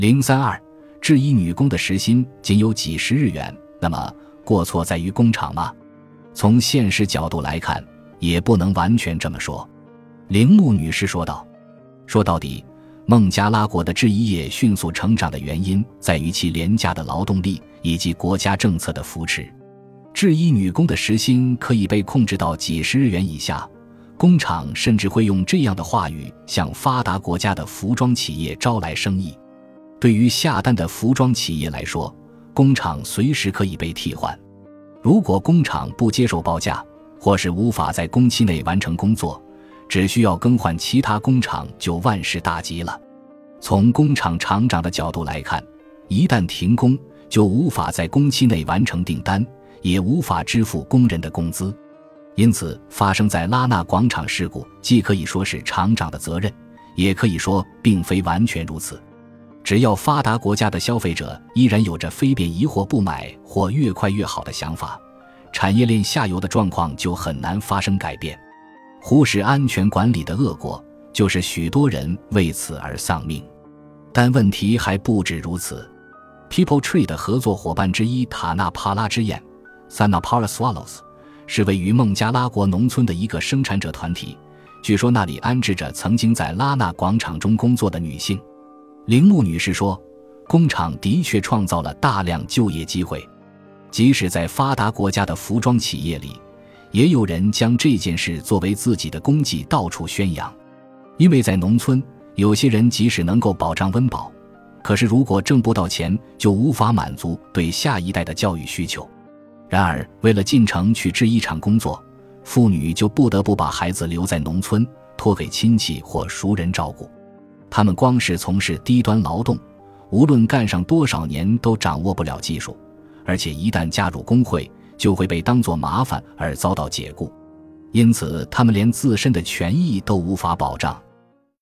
032制衣女工的时薪仅有几十日元，那么过错在于工厂吗？从现实角度来看，也不能完全这么说。铃木女士说道。说到底，孟加拉国的制衣业迅速成长的原因在于其廉价的劳动力以及国家政策的扶持。制衣女工的时薪可以被控制到几十日元以下，工厂甚至会用这样的话语向发达国家的服装企业招来生意。对于下单的服装企业来说，工厂随时可以被替换。如果工厂不接受报价，或是无法在工期内完成工作，只需要更换其他工厂就万事大吉了。从工厂厂长的角度来看，一旦停工，就无法在工期内完成订单，也无法支付工人的工资。因此，发生在拉纳广场事故既可以说是厂长的责任，也可以说并非完全如此。只要发达国家的消费者依然有着非便宜货不买或越快越好的想法，产业链下游的状况就很难发生改变。忽视安全管理的恶果，就是许多人为此而丧命。但问题还不止如此。People Tree 的合作伙伴之一塔纳帕拉之燕 Sanapara Swallows 是位于孟加拉国农村的一个生产者团体，据说那里安置着曾经在拉纳广场中工作的女性。铃木女士说，工厂的确创造了大量就业机会，即使在发达国家的服装企业里，也有人将这件事作为自己的功绩到处宣扬。因为在农村，有些人即使能够保障温饱，可是如果挣不到钱，就无法满足对下一代的教育需求。然而，为了进城去制衣厂工作，妇女就不得不把孩子留在农村，托给亲戚或熟人照顾。他们光是从事低端劳动，无论干上多少年都掌握不了技术，而且一旦加入工会，就会被当作麻烦而遭到解雇。因此他们连自身的权益都无法保障。